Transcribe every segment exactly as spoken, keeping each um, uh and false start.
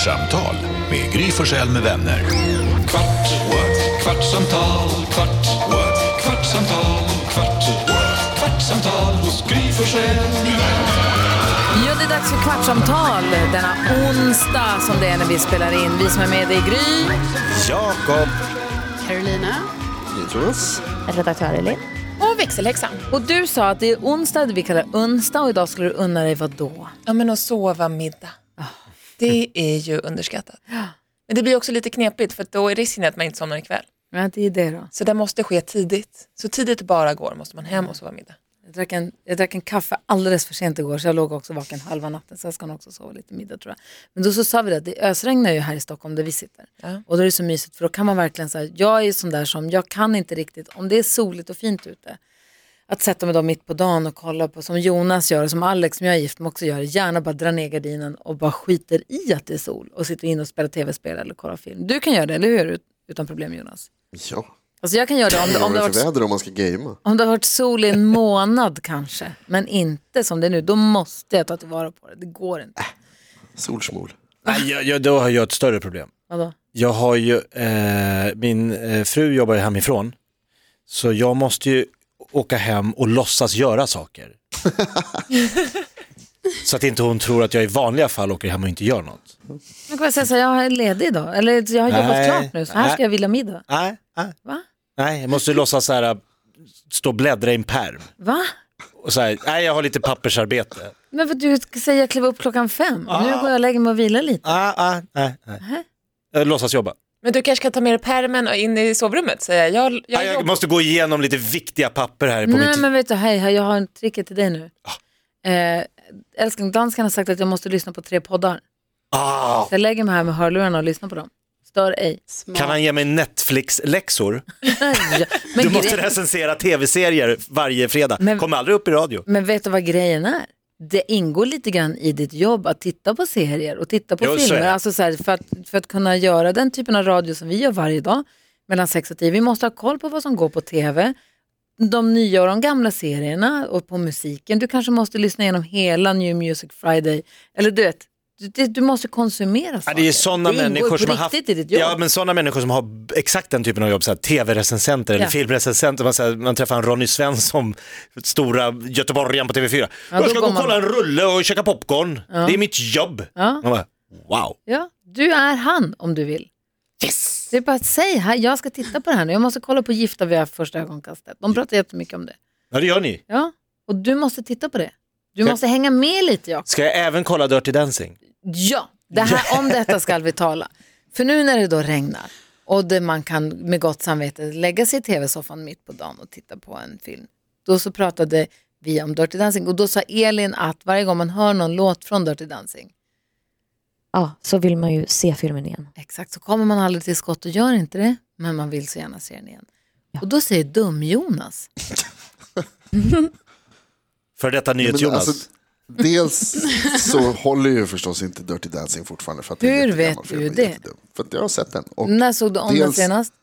Kvartsamtal med Gry Forssell med vänner. Kvart, what? Kvartsamtal, kvart, what? Kvartsamtal, kvart, what? Kvartsamtal hos Gry Forssell med vänner. Ja, det är dags för Kvartsamtal denna onsdag som det är när vi spelar in. Vi som är med i Gry, Jakob, Carolina, Jonas, redaktör Elin och växelhäxan. och du sa att det är onsdag, det vi kallar onsdag, och idag skulle du unna dig vad då? Ja, men att sova middag. Oh. Det är ju underskattat. Men det blir också lite knepigt för då är risken att man inte somnar ikväll. Ja, det är det då. Så det måste ske tidigt. Så tidigt det bara går måste man hem och sova middag. Jag drack, en, jag drack en kaffe alldeles för sent igår, så jag låg också vaken halva natten, så jag ska nog också sova lite middag tror jag. Men då så sa vi det att det ösregnar ju här i Stockholm där vi sitter. Ja. Och då är det så mysigt, för då kan man verkligen säga, jag är ju sån där som, jag kan inte riktigt, om det är soligt och fint ute, att sätta mig då mitt på dagen och kolla på, som Jonas gör, som Alex som jag är gift med också gör, gärna bara dra ner gardinen och bara skiter i att det är sol och sitter in och spelar tv-spel eller kollar film. Du kan göra det, eller hur? Utan problem, Jonas. ja. Alltså jag kan göra det om, det, om, det har varit, väder om man ska gamea. om det har varit sol i en månad kanske, men inte som det är nu. Då måste jag ta tillvara på det, det går inte. Äh, solsmol. Nej, jag, jag, då har jag ett större problem. Vadå? Jag har ju, eh, min eh, fru jobbar ju hemifrån, så jag måste ju åka hem och låtsas göra saker. Så att inte hon tror att jag i vanliga fall åker hem och inte gör något. Jag kan säga så här, jag är ledig idag. Eller jag har jobbat Nej, klart nu, så här nej. ska jag vilja middag. Nej, nej. Va? Nej, jag måste låtsas så här, stå och bläddra i en pärm. Va? Och så här, nej, jag har lite pappersarbete. Men för du ska säga kliva upp klockan fem. Ah. Nu går jag och lägger mig och vilar lite. Ah, ah, nej, nej. Jag låtsas jobba. Men du kanske kan ta med dig pärmen in i sovrummet, säger jag. Jag, jag, Ah, jag måste gå igenom lite viktiga papper här på Nej mitt... men vet du, hej, hej, jag har en tricket till dig nu. Ah. Eh, älskling, danskan har sagt att jag måste lyssna på tre poddar. Ah. Så jag lägger mig här med hörlurarna och lyssnar på dem. Stör ej. Smart. Kan han ge mig Netflix-läxor? ja, men Du måste gre- recensera tv-serier varje fredag. Men- Kommer aldrig upp i radio. Men vet du vad grejen är? Det ingår lite grann i ditt jobb att titta på serier och titta på Jo, så är filmer. det. Alltså så här, för, att, för att kunna göra den typen av radio som vi gör varje dag mellan sex och tio. Vi måste ha koll på vad som går på tv, de nya och de gamla serierna och på musiken. Du kanske måste lyssna igenom hela New Music Friday. Eller du vet, du, du måste konsumera saker. Ja, det är sådana det ingår människor på som har haft, riktigt i ditt jobb. ja, men sådana människor som har exakt den typen av jobb, så här, tv-recensenter eller Ja. filmrecensenter. Man, så här, man träffar en Ronny Svensson, stora göteborgaren på T V fyra. Ja, då jag ska gå går och kolla man- en rulle och käka popcorn. Det är mitt jobb. Ja. Man bara, wow. Ja, du är han om du vill. Yes! Det är bara att säga, här, jag ska titta på det här nu. Jag måste kolla på Gifta vid första ögonkastet. De pratar jättemycket om det. Ja, det gör ni. Ja, och du måste titta på det. Du Ska- måste hänga med lite, Jakob. Ska jag även kolla Dirty Dancing? Ja, det här, om detta ska vi tala. För nu när det då regnar och det man kan med gott samvete lägga sig i tv-soffan mitt på dagen och titta på en film. Då så pratade vi om Dirty Dancing och då sa Elin att varje gång man hör någon låt från Dirty Dancing, Ja, så vill man ju se filmen igen. exakt, så kommer man aldrig till skott och gör inte det, men man vill så gärna se den igen. Ja. Och då säger dum-Jonas. För detta Men NyhetsJonas. alltså, dels så håller ju förstås inte Dirty Dancing fortfarande. För att det är en Hur jättegammal vet film du och det? jättedum. För att jag har sett den. Och När såg du om den dels- senast?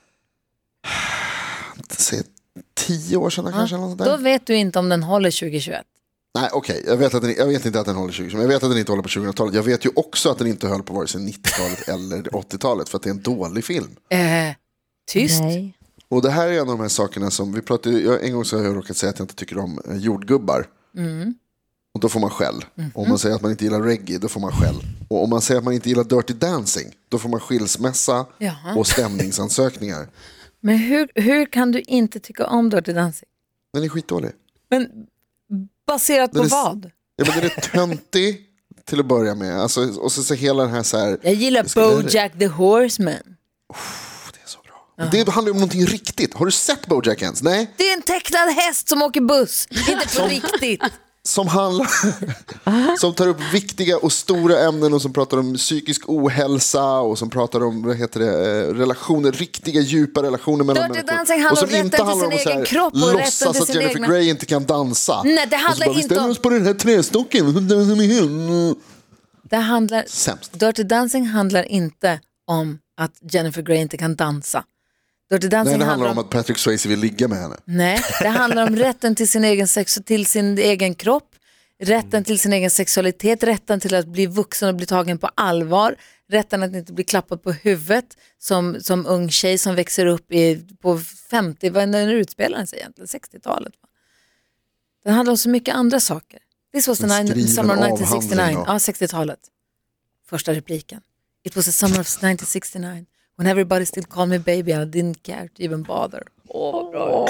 se, tio år sedan kanske. Eller något Då där. vet du inte om den håller tjugohundratjugoett. Nej, okej. Jag, vet att den- jag vet inte att den håller tjugo. Men jag vet att den inte håller på tjugohundratalet. Jag vet ju också att den inte höll på vare sig nittiotalet eller åttiotalet. För att det är en dålig film. Eh, tyst. Nej. Och det här är en av de här sakerna som vi pratade, jag, en gång så har jag råkat säga att jag inte tycker om eh, jordgubbar. Mm. Och då får man skäll. Och om man säger att man inte gillar reggae, då får man skäll. Och om man säger att man inte gillar Dirty Dancing, då får man skilsmässa Jaha. och stämningsansökningar. Men hur, hur kan du inte tycka om Dirty Dancing? Den är skitdålig. Men baserat på Den är- vad? Ja, men den är töntig till att börja med. Alltså, och så, så hela den här så här... Jag gillar Jag skulle- BoJack the Horseman. Det är så bra. Det handlar om någonting riktigt. Har du sett BoJack ens? Nej. Det är en tecknad häst som åker buss. Inte på riktigt. Som handlar som tar upp viktiga och stora ämnen och som pratar om psykisk ohälsa och som pratar om vad heter det, eh, relationer, riktiga djupa relationer mellan Dirty människor. Dancing handlar och om rätten till sin att så här egen kropp och rätten låtsas till att sin Jennifer egna- Grey inte kan dansa. Nej, det Och så handlar bara, vi inte ställer om- oss på den här trästocken. Det handlar... Sämst. Dirty Dancing handlar inte om att Jennifer Grey inte kan dansa. Dirty Dancing Nej, det handlar handlar om att Patrick Swayze vill ligga med henne. Nej, det handlar om rätten till sin egen sex och till sin egen kropp. Rätten till sin egen sexualitet, rätten till att bli vuxen och bli tagen på allvar, rätten att inte bli klappad på huvudet som, som ung tjej som växer upp i, på femtio, vad är det utspelar den sig egentligen, sextiotalet. Va? Den handlar om så mycket andra saker. This was the nine, summer of nineteen sixty-nine, ja, sextiotalet. Första repliken. It was the summer of nineteen sixty-nine when everybody still called me baby and I didn't care to even bother. Åh, bra.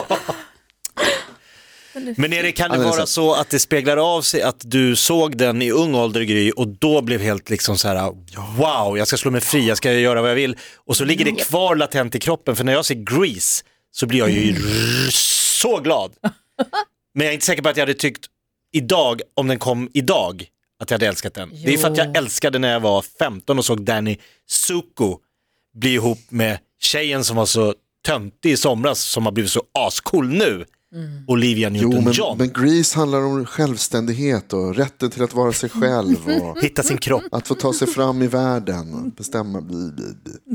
Men är det, kan det vara så att det speglar av sig att du såg den i ung ålder, Gry, och då blev helt liksom så här: wow, jag ska slå mig fri, jag ska göra vad jag vill, och så ligger det kvar latent i kroppen, för när jag ser Grease så blir jag ju så glad. Men jag är inte säker på att jag hade tyckt idag, om den kom idag, att jag hade älskat den. Jo. Det är för att jag älskade när jag var femton och såg Danny Zuko bli ihop med tjejen som var så töntig i somras, som har blivit så ascool nu. Mm. Olivia Newton-John. Men, men Grease handlar om självständighet och rätten till att vara sig själv och hitta sin kropp, att få ta sig fram i världen och bestämma. Bli, bli,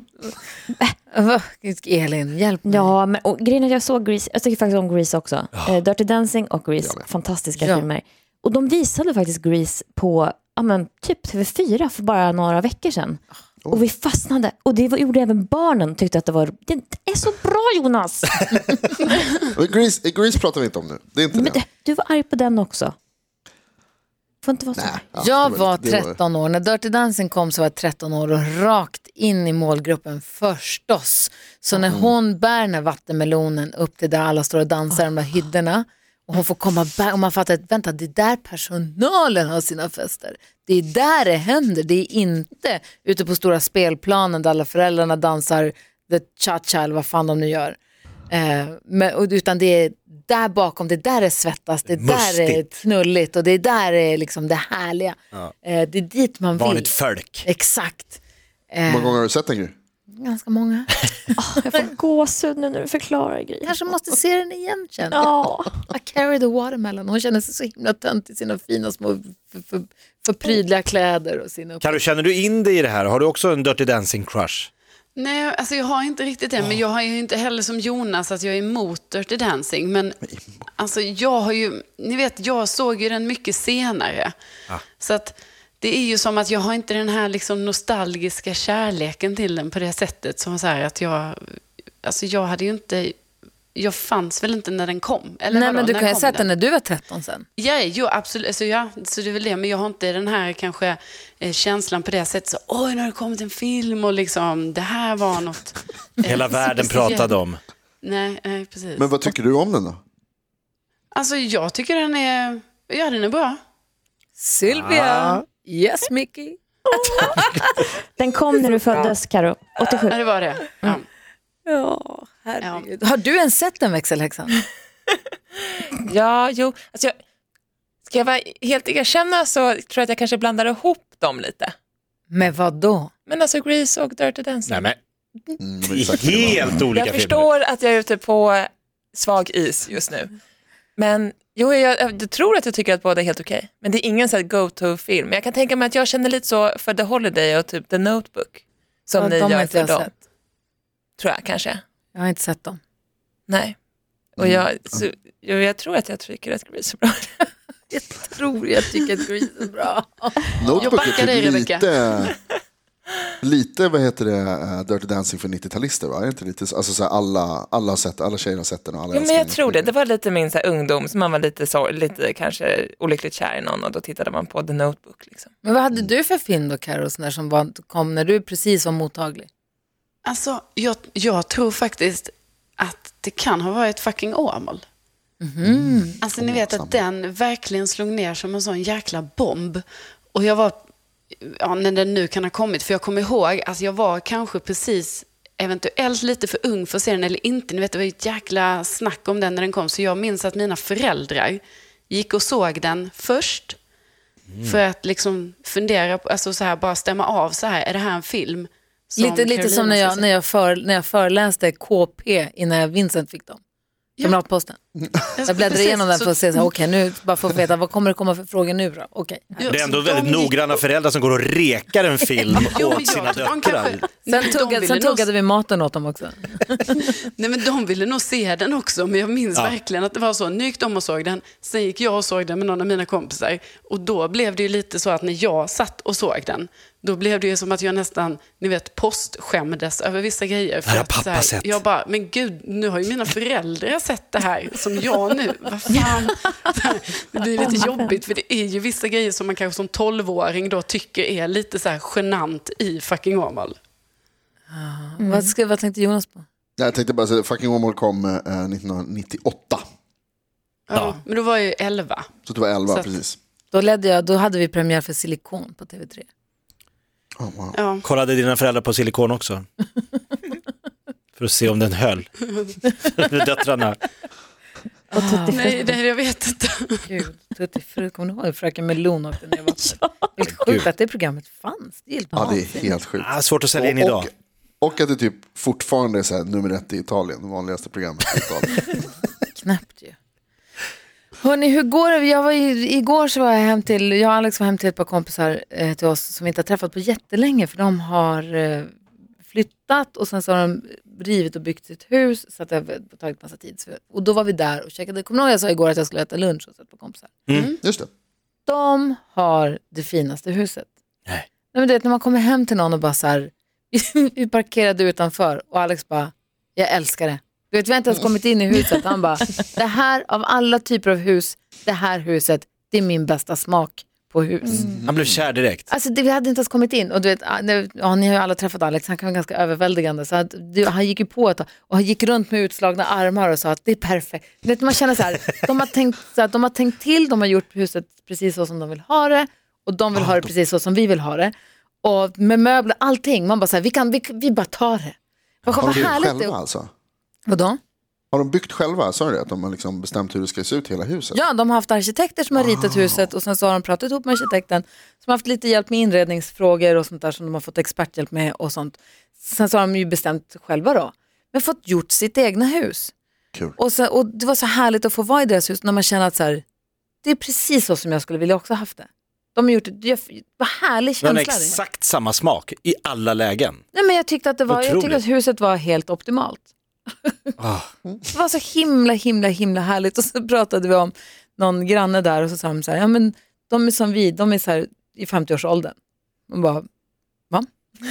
bli. Elin, hjälp mig. Ja, men och grejen är att jag såg Grease, jag tycker faktiskt om Grease också. Oh. Dirty Dancing och Grease, ja, fantastiska ja. filmer. Och de visade faktiskt Grease på ja, men, typ T V fyra för bara några veckor sedan. Oh. Och vi fastnade. Och det var, gjorde även barnen, tyckte att det var, det är så bra, Jonas. Grease, Grease pratar vi inte om nu. Det är inte men det. Du var arg på den också. Får inte vara så. Nej, ja, jag var, var tretton år. När Dirty Dancing kom så var jag tretton år och rakt in i målgruppen förstås. Så när hon bär den här vattenmelonen upp till där alla står och dansar i de där hyddorna och hon får komma back och man fattar att vänta, det är där personalen har sina fester. Det är där det händer. Det är inte ute på stora spelplanen där alla föräldrarna dansar the cha-cha eller vad fan de nu gör. Eh, men, utan det är där bakom, det där är svettas, det Mustigt. Där är knulligt och det där är liksom det härliga. Ja. Eh, det är dit man vill. Vanligt folk. Exakt. Eh, Hur många gånger har du sett den, Gry? Ganska många. Oh, jag får gåshud nu när du förklarar grejer. Kanske måste se den igen, känner jag. I carry the watermelon. Hon känner sig så himla tönt i sina fina små för, för, för prydliga kläder. Och sina Karo, känner du in dig i det här? Har du också en Dirty Dancing crush? Nej, alltså jag har inte riktigt det, men jag har ju inte heller som Jonas att jag är emot Dirty Dancing, men alltså jag har ju, ni vet, jag såg ju den mycket senare. Ah. Så att det är ju som att jag har inte den här liksom nostalgiska kärleken till den på det sättet som så här att jag, alltså jag hade ju inte, jag fanns väl inte när den kom. Eller nej, vadå? Men du när kan ju sätta den när du var tretton sen. Ja, jo, absolut. Alltså, ja, så det är väl det. Men jag har inte den här kanske eh, känslan på det sättet. Så, oj, nu har det kommit en film och liksom, det här var något. Eh, Hela världen pratade om. Nej, nej, precis. Men vad tycker du om den då? Alltså, jag tycker den är, ja, den är bra. Sylvia. Ah. Yes, Mickey. Den kom när du föddes, Karo. åttiosju. Ja, det var det. Ja. Mm. Ja, herregud. Ja. Har du ens sett den växelhäxan? Ja, jo. Alltså jag, ska jag vara helt erkänna så tror jag att jag kanske blandar ihop dem lite. Med vad då? Men alltså Grease och Dirty Dancing. Nej, men mm, helt olika. Jag förstår att jag är ute på svag is just nu. Men jo, jag, jag tror att jag tycker att båda är helt okej. Okay. Men det är ingen sån här go-to-film. Jag kan tänka mig att jag känner lite så för The Holiday och typ The Notebook. Som ja, ni de gör för jag dem. Sett. Tror jag kanske. Jag har inte sett dem. Nej. Och jag, så, jag, jag tror att jag tycker att Grease är bra. Jag tror jag tycker att Grease är bra. Notebook är dig, lite, lite, vad heter det, Dirty Dancing för nittio-talister, va? Är inte lite, alltså så här, alla, alla har sett, alla tjejer har sett den och alla. Ja, men jag tror det. Det var lite min så här, ungdom, så man var lite så, lite kanske olyckligt kär i någon och då tittade man på The Notebook liksom. Men vad hade du för film då, Karo, när som var, kom när du precis var mottaglig? Alltså, jag, jag tror faktiskt att det kan ha varit fucking Åmål. Mm. Alltså ni vet att den verkligen slog ner som en sån jäkla bomb. Och jag var, ja, när den nu kan ha kommit, för jag kommer ihåg, alltså jag var kanske precis eventuellt lite för ung för att se den eller inte. Ni vet, det var ju ett jäkla snack om den när den kom. Så jag minns att mina föräldrar gick och såg den först. Mm. För att liksom fundera på, alltså så här, bara stämma av så här, är det här en film? Lite, lite som när jag, när, jag för, när jag föreläste K P innan jag Vincent fick dem. Kamratposten. Jag bläddrar igenom den för att se så här, okej, nu bara för att veta vad kommer det komma för frågor nu då. Okej. Det är ändå väldigt de... noggranna föräldrar som går och rekar en film Jo, åt sina ja, de döttrar. kanske- Sen, de tuggade, ville sen nog- tuggade vi maten åt dem också. Nej, men de ville nog se den också, men jag minns Ja. verkligen att det var så. Nu gick de och såg den, sen gick jag och såg den med någon av mina kompisar. Och då blev det ju lite så att när jag satt och såg den, då blev det ju som att jag nästan, ni vet, postskämdes över vissa grejer. Det här har att, så pappa här, sett. Jag bara, men gud, nu har ju mina föräldrar sett det här som jag nu. Vad fan? Det blir lite jobbigt, för det är ju vissa grejer som man kanske som tolvåring då tycker är lite så här genant i fucking Åmål. Mm. Vad, ska, vad tänkte Jonas på? Jag tänkte bara säga, fucking Åmål kom eh, nittonhundranittioåtta. Ja, Ja. men då var jag ju elva. Så det var elva, Så att- precis. Då, ledde jag, då hade vi premiär för Silikon på T V tre. Oh, wow. Ja. Kollade dina föräldrar på silikon också? För att se om den höll. Döttrarna. Och Tutti Nej, det jag vet inte. Gud, Tutti Frutti, kommer du ihåg? Fröken Melon åkte ner i vattnet. Helt sjukt att det programmet fanns. Det är helt Ja, det vansinnigt. är helt sjukt. Ah, svårt att sälja in idag. Och, och att det typ fortfarande är så här, nummer ett i Italien, det vanligaste programmet i Italien. Knappt ju. Hörrni, hur går det? Jag var i, igår så var jag hem till, jag och Alex var hem till ett par kompisar eh, till oss som vi inte har träffat på jättelänge, för de har eh, flyttat och sen så har de rivit och byggt sitt hus, så att det har tagit massa tid. Så, och då var vi där och käkade. Kommer du ihåg jag sa igår att jag skulle äta lunch och så ett par kompisar? Mm. Just det. De har det finaste huset. Nej. Nej, men du vet, när man kommer hem till någon och bara så här, vi parkerade utanför och Alex bara, jag älskar det. Du vet, vi har inte ens kommit in i huset. Han bara, det här av alla typer av hus, det här huset, det är min bästa smak på hus. Mm. Han blev kär direkt. Alltså det, vi hade inte ens kommit in. Och du vet, ja, ni har ju alla träffat Alex, han kan vara ganska överväldigande. Så att, det, han gick ju på ett, och han gick runt med utslagna armar och sa att det är perfekt. Du vet, man känner så här, de har tänkt, så att de har tänkt till, de har gjort huset precis så som de vill ha det. Och de vill Ah, ha det de... precis så som vi vill ha det. Och med möbler, allting. Man bara så här, vi, kan, vi, vi bara tar det. Vad, Har vad de byggt härligt själva det. alltså? Vadå? Har de byggt själva? Sa du det? Att de har liksom bestämt hur det ska se ut hela huset? Ja, de har haft arkitekter som har ritat huset och sen så har de pratat ihop med arkitekten som har haft lite hjälp med inredningsfrågor och sånt där som de har fått experthjälp med och sånt. Sen så har de ju bestämt själva då. Men fått gjort sitt egna hus. Kul. Och, så, och det var så härligt att få vara i deras hus när man känner att så här, det är precis så som jag skulle vilja också haft det. De har gjort det, det var härlig Den har känsla. exakt samma smak i alla lägen. Nej, men jag tyckte att det var, jag tyckte Otroligt. att huset var helt optimalt. Ah. Det var så himla, himla, himla härligt. Och så pratade vi om någon granne där och så sa de så här, ja men de är som vi, de är så här i femtioårsåldern. Man bara, va?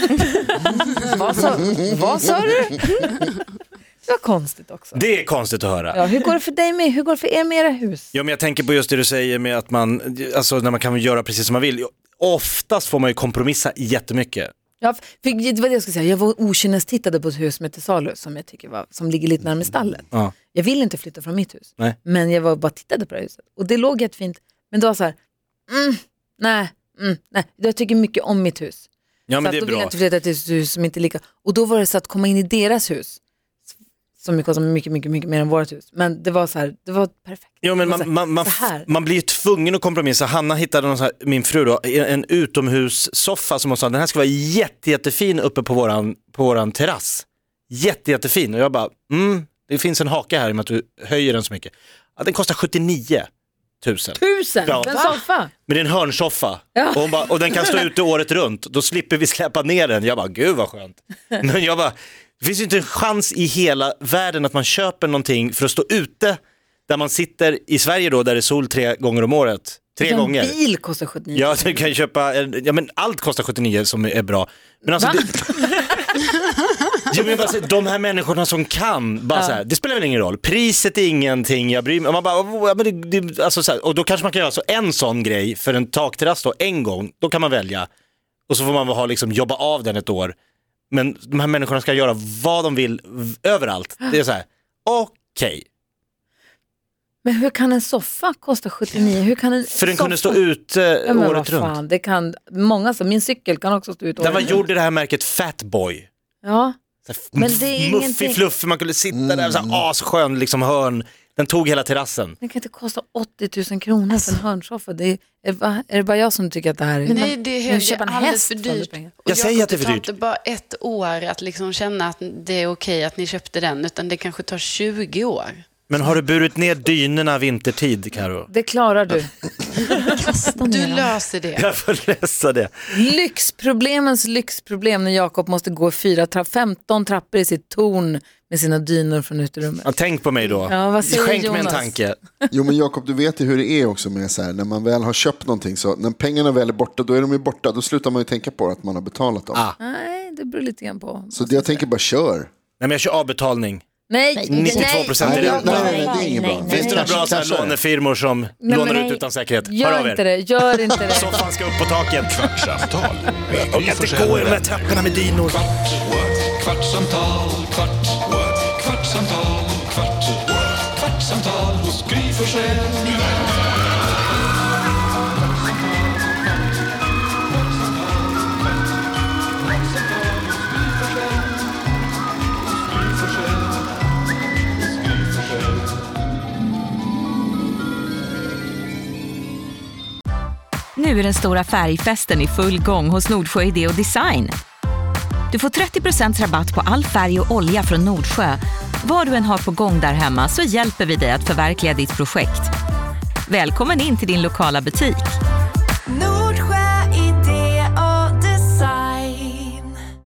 vad, sa, vad sa du? Det var konstigt också. Det är konstigt att höra. Ja, hur går det för dig med, hur går det för er med era hus? Ja, men jag tänker på just det du säger med att man, alltså när man kan göra precis som man vill. Oftast får man ju kompromissa jättemycket. Ja, för, det var det jag skulle säga. Jag var okynnes-tittade på ett hus som är till salu som jag tycker var, som ligger lite närmare stallet. Ja. Jag vill inte flytta från mitt hus. Nej. Men jag var bara tittade på det huset. Och det låg jättefint. Men det var så här, mm, nej, mm, nej. Jag tycker mycket om mitt hus. Ja, Så men att det är då vill jag bra. inte flytta till ett hus som inte är lika. Och då var det så att komma in i deras hus. Som kostar mycket, mycket, mycket mer än vårt hus. Men det var så här, det var perfekt. Ja, men Det var man, man, man, så här. man blir ju tvungen att kompromissa. Hanna hittade någon så här, min fru då, en utomhussoffa som hon sa, den här ska vara jätte, jättefin uppe på våran, på våran terrass. Jätte, jättefin. Och jag bara, mm, det finns en hake här i och med att du höjer den så mycket. Ja, den kostar sjuttionio tusen. Tusen, Ja. en soffa. Men det är en hörnsoffa. Ja. Och, hon bara, och den kan stå ute året runt. Då slipper vi släppa ner den. Jag bara, gud vad skönt. Men jag bara, det finns ju inte en chans i hela världen att man köper någonting för att stå ute där man sitter i Sverige då, där det är sol tre gånger om året. Tre en gånger. bil kostar sjuttionio. Ja, du kan köpa, en- ja men allt kostar sjuttionio som är bra. Men alltså, Va? det, ja, men bara, så- de här människorna som kan, bara Ja. så här, det spelar väl ingen roll. Priset är ingenting, jag bryr mig. Och man bara, oh, ja, men det, det, alltså, så här, och då kanske man kan göra så en sån grej för en takterrass då, en gång, då kan man välja. Och så får man ha, liksom, jobba av den ett år. Men de här människorna ska göra vad de vill v- överallt. Det är så här, okej. Men hur kan en soffa kosta sjuttionio? Hur kan en För den soffa... kunde stå ute Ja, men vad året runt. fan, det kan många som, min cykel kan också stå ut Den var året gjord i det här märket Fatboy. Ja, Så här, Men det är muffig, ingenting- fluffig, man kunde sitta där, så här, asskön liksom hörn. Den tog hela terrassen. den kan inte kosta åttio tusen kronor för en hörnsoffa. Det är, är, va, är det bara jag som tycker att det här är... Nej, det är, Jag helt, det köper är en alldeles häst för för dyrt. pengar. Och Jag säger att det är för tar dyrt. inte bara ett år att liksom känna att det är okej att ni köpte den, utan det kanske tar tjugo år. Men har du burit ner dynorna vintertid, Karo? Det klarar du. Du löser det. Jag får läsa det. Lyxproblemens lyxproblem när Jakob måste gå fyra tra- femton trappor i sitt torn med sina dynor från uterummet. Ja, tänk på mig då. Ja, vad säger Skänk Jonas? mig en tanke. Jo men Jakob, du vet ju hur det är också med så här, när man väl har köpt någonting så när pengarna väl är borta, då är de ju borta, då slutar man ju tänka på att man har betalat dem. Ah. Nej, det beror lite grann på. Så det jag tänker bara kör. Nej, men jag kör avbetalning. Nej, nittiotvå procent Nej, är nej, det. nej, nej, det är inget bra. Finns det några bra så här lånefirmor som lånar nej. ut utan säkerhet? Hör Gör av inte er. det, gör inte det. Soffan ska upp på taket. Kvartsamtal med Jag Gry kan inte Forssell gå med i de här vänner. trapporna med dynor. Kvart, what? Kvartsamtal, kvart, what? Kvartsamtal, kvart, what? Kvartsamtal hos Gry Forssell med vänner. Nu är den stora färgfesten i full gång hos Nordsjö Idé och Design. Du får trettio procent rabatt på all färg och olja från Nordsjö. Vad du än har på gång där hemma så hjälper vi dig att förverkliga ditt projekt. Välkommen in till din lokala butik.